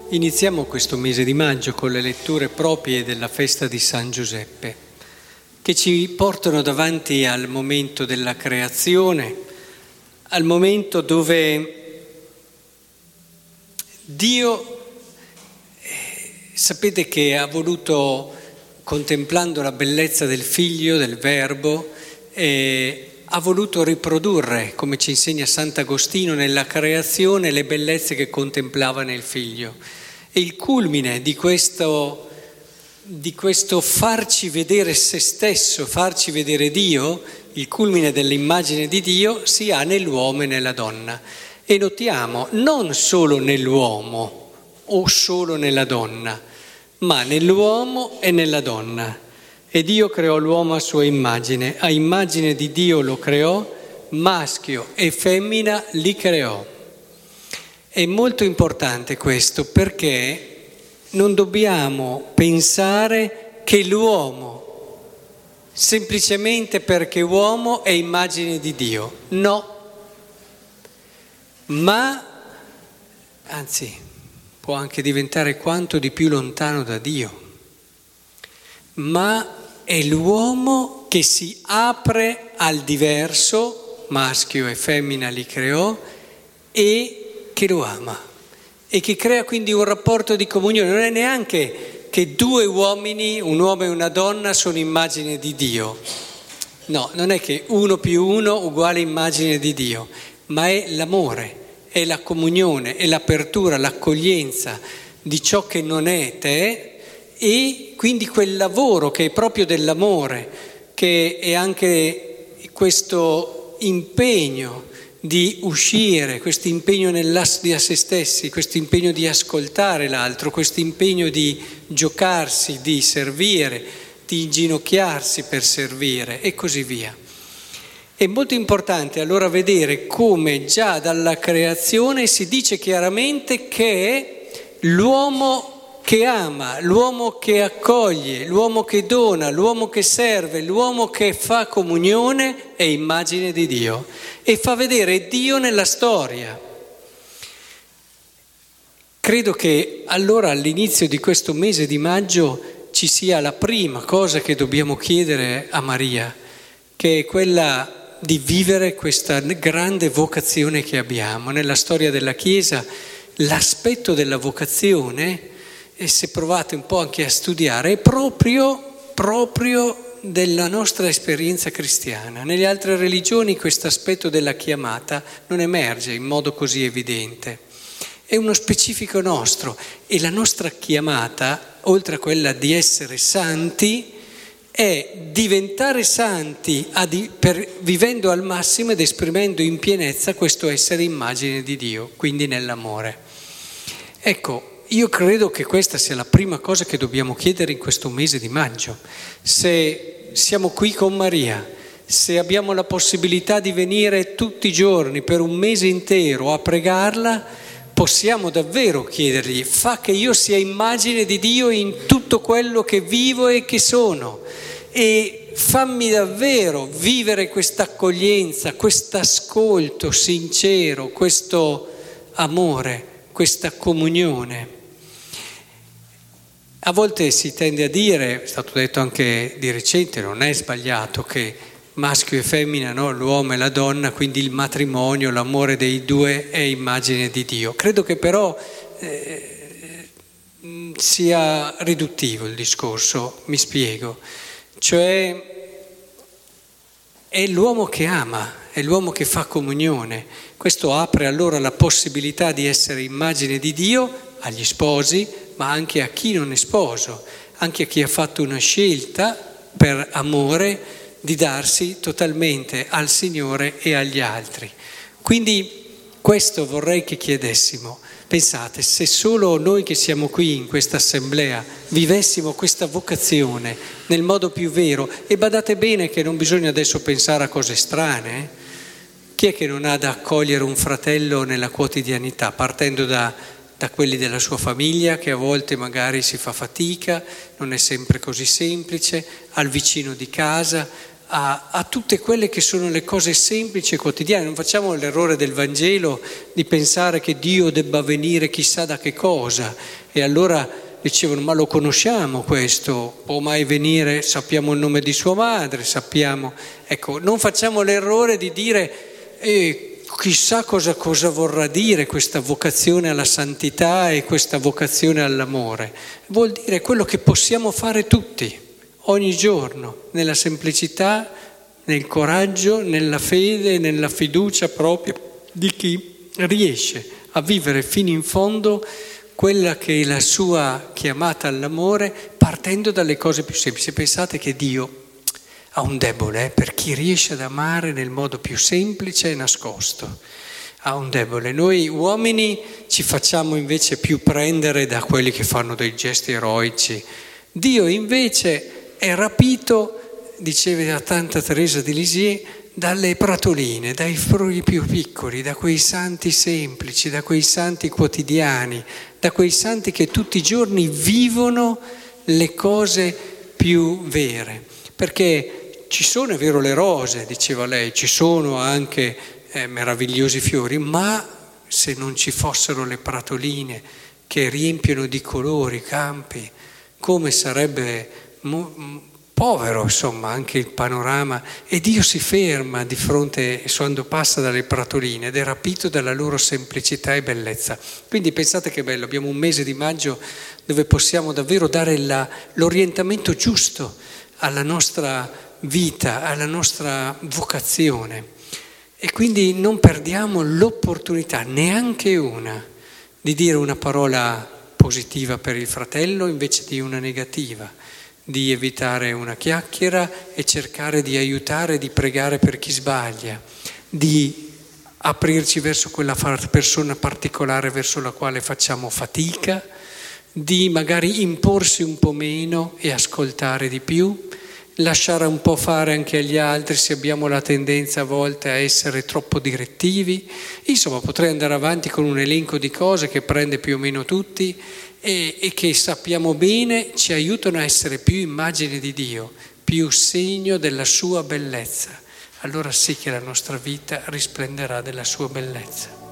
Iniziamo questo mese di maggio con le letture proprie della festa di San Giuseppe, che ci portano davanti al momento della creazione, al momento dove Dio, sapete che ha voluto, contemplando la bellezza del Figlio, del Verbo, ha voluto riprodurre, come ci insegna Sant'Agostino, nella creazione le bellezze che contemplava nel Figlio. E il culmine di questo farci vedere se stesso, farci vedere Dio, il culmine dell'immagine di Dio si ha nell'uomo e nella donna. E notiamo, non solo nell'uomo o solo nella donna, ma nell'uomo e nella donna. E Dio creò l'uomo a sua immagine, a immagine di Dio lo creò, maschio e femmina li creò. È molto importante questo perché non dobbiamo pensare che l'uomo, semplicemente perché uomo, è immagine di Dio. No, ma anzi può anche diventare quanto di più lontano da Dio. Ma è l'uomo che si apre al diverso, maschio e femmina li creò, e che lo ama e che crea quindi un rapporto di comunione. Non è neanche che due uomini, un uomo e una donna, sono immagine di Dio. No, non è che 1 più 1 uguale immagine di Dio, ma è l'amore, è la comunione, è l'apertura, l'accoglienza di ciò che non è te. E quindi quel lavoro che è proprio dell'amore, che è anche questo impegno di uscire, questo impegno nell'assi a se stessi, questo impegno di ascoltare l'altro, questo impegno di giocarsi, di servire, di inginocchiarsi per servire e così via. È molto importante allora vedere come già dalla creazione si dice chiaramente che l'uomo che ama, l'uomo che accoglie, l'uomo che dona, l'uomo che serve, l'uomo che fa comunione è immagine di Dio e fa vedere Dio nella storia. Credo che allora all'inizio di questo mese di maggio ci sia la prima cosa che dobbiamo chiedere a Maria, che è quella di vivere questa grande vocazione che abbiamo. Nella storia della Chiesa l'aspetto della vocazione, e se provate un po' anche a studiare, è proprio della nostra esperienza cristiana. Nelle altre religioni questo aspetto della chiamata non emerge in modo così evidente. È uno specifico nostro e la nostra chiamata, oltre a quella di essere santi, è diventare santi vivendo al massimo ed esprimendo in pienezza questo essere immagine di Dio, quindi nell'amore. Ecco, io credo che questa sia la prima cosa che dobbiamo chiedere in questo mese di maggio. Se siamo qui con Maria, se abbiamo la possibilità di venire tutti i giorni per un mese intero a pregarla, possiamo davvero chiedergli: fa che io sia immagine di Dio in tutto quello che vivo e che sono, e fammi davvero vivere questa accoglienza, questo ascolto sincero, questo amore, questa comunione. A volte si tende a dire, è stato detto anche di recente, non è sbagliato, che maschio e femmina, no? L'uomo e la donna, quindi il matrimonio, l'amore dei due è immagine di Dio. Credo che però sia riduttivo il discorso, mi spiego. Cioè è l'uomo che ama, è l'uomo che fa comunione. Questo apre allora la possibilità di essere immagine di Dio agli sposi, ma anche a chi non è sposo, anche a chi ha fatto una scelta per amore di darsi totalmente al Signore e agli altri. Quindi questo vorrei che chiedessimo. Pensate, se solo noi che siamo qui in questa assemblea vivessimo questa vocazione nel modo più vero, e badate bene che non bisogna adesso pensare a cose strane, Chi è che non ha da accogliere un fratello nella quotidianità, partendo da quelli della sua famiglia, che a volte magari si fa fatica, non è sempre così semplice, al vicino di casa, a tutte quelle che sono le cose semplici e quotidiane. Non facciamo l'errore del Vangelo di pensare che Dio debba venire chissà da che cosa. E allora dicevano, ma lo conosciamo questo, può mai venire, sappiamo il nome di sua madre, sappiamo. Ecco, non facciamo l'errore di dire, chissà cosa vorrà dire questa vocazione alla santità e questa vocazione all'amore. Vuol dire quello che possiamo fare tutti, ogni giorno, nella semplicità, nel coraggio, nella fede, nella fiducia propria di chi riesce a vivere fino in fondo quella che è la sua chiamata all'amore, partendo dalle cose più semplici. Pensate che Dio ha un debole per chi riesce ad amare nel modo più semplice e nascosto. Ha un debole. Noi uomini ci facciamo invece più prendere da quelli che fanno dei gesti eroici. Dio invece è rapito, diceva Santa Teresa di Lisieux, dalle pratoline, dai frugli più piccoli, da quei santi semplici, da quei santi quotidiani, da quei santi che tutti i giorni vivono le cose più vere. Perché ci sono, è vero, le rose, diceva lei, ci sono anche meravigliosi fiori, ma se non ci fossero le pratoline che riempiono di colori i campi, come sarebbe povero, insomma, anche il panorama. E Dio si ferma di fronte, quando passa dalle pratoline, ed è rapito dalla loro semplicità e bellezza. Quindi pensate che bello, abbiamo un mese di maggio dove possiamo davvero dare l'orientamento giusto alla nostra vita, alla nostra vocazione. E quindi non perdiamo l'opportunità, neanche una, di dire una parola positiva per il fratello invece di una negativa, di evitare una chiacchiera e cercare di aiutare, di pregare per chi sbaglia, di aprirci verso quella persona particolare verso la quale facciamo fatica, di magari imporsi un po' meno e ascoltare di più, lasciare un po' fare anche agli altri se abbiamo la tendenza a volte a essere troppo direttivi. Insomma, potrei andare avanti con un elenco di cose che prende più o meno tutti e che sappiamo bene ci aiutano a essere più immagine di Dio, più segno della sua bellezza. Allora sì che la nostra vita risplenderà della sua bellezza.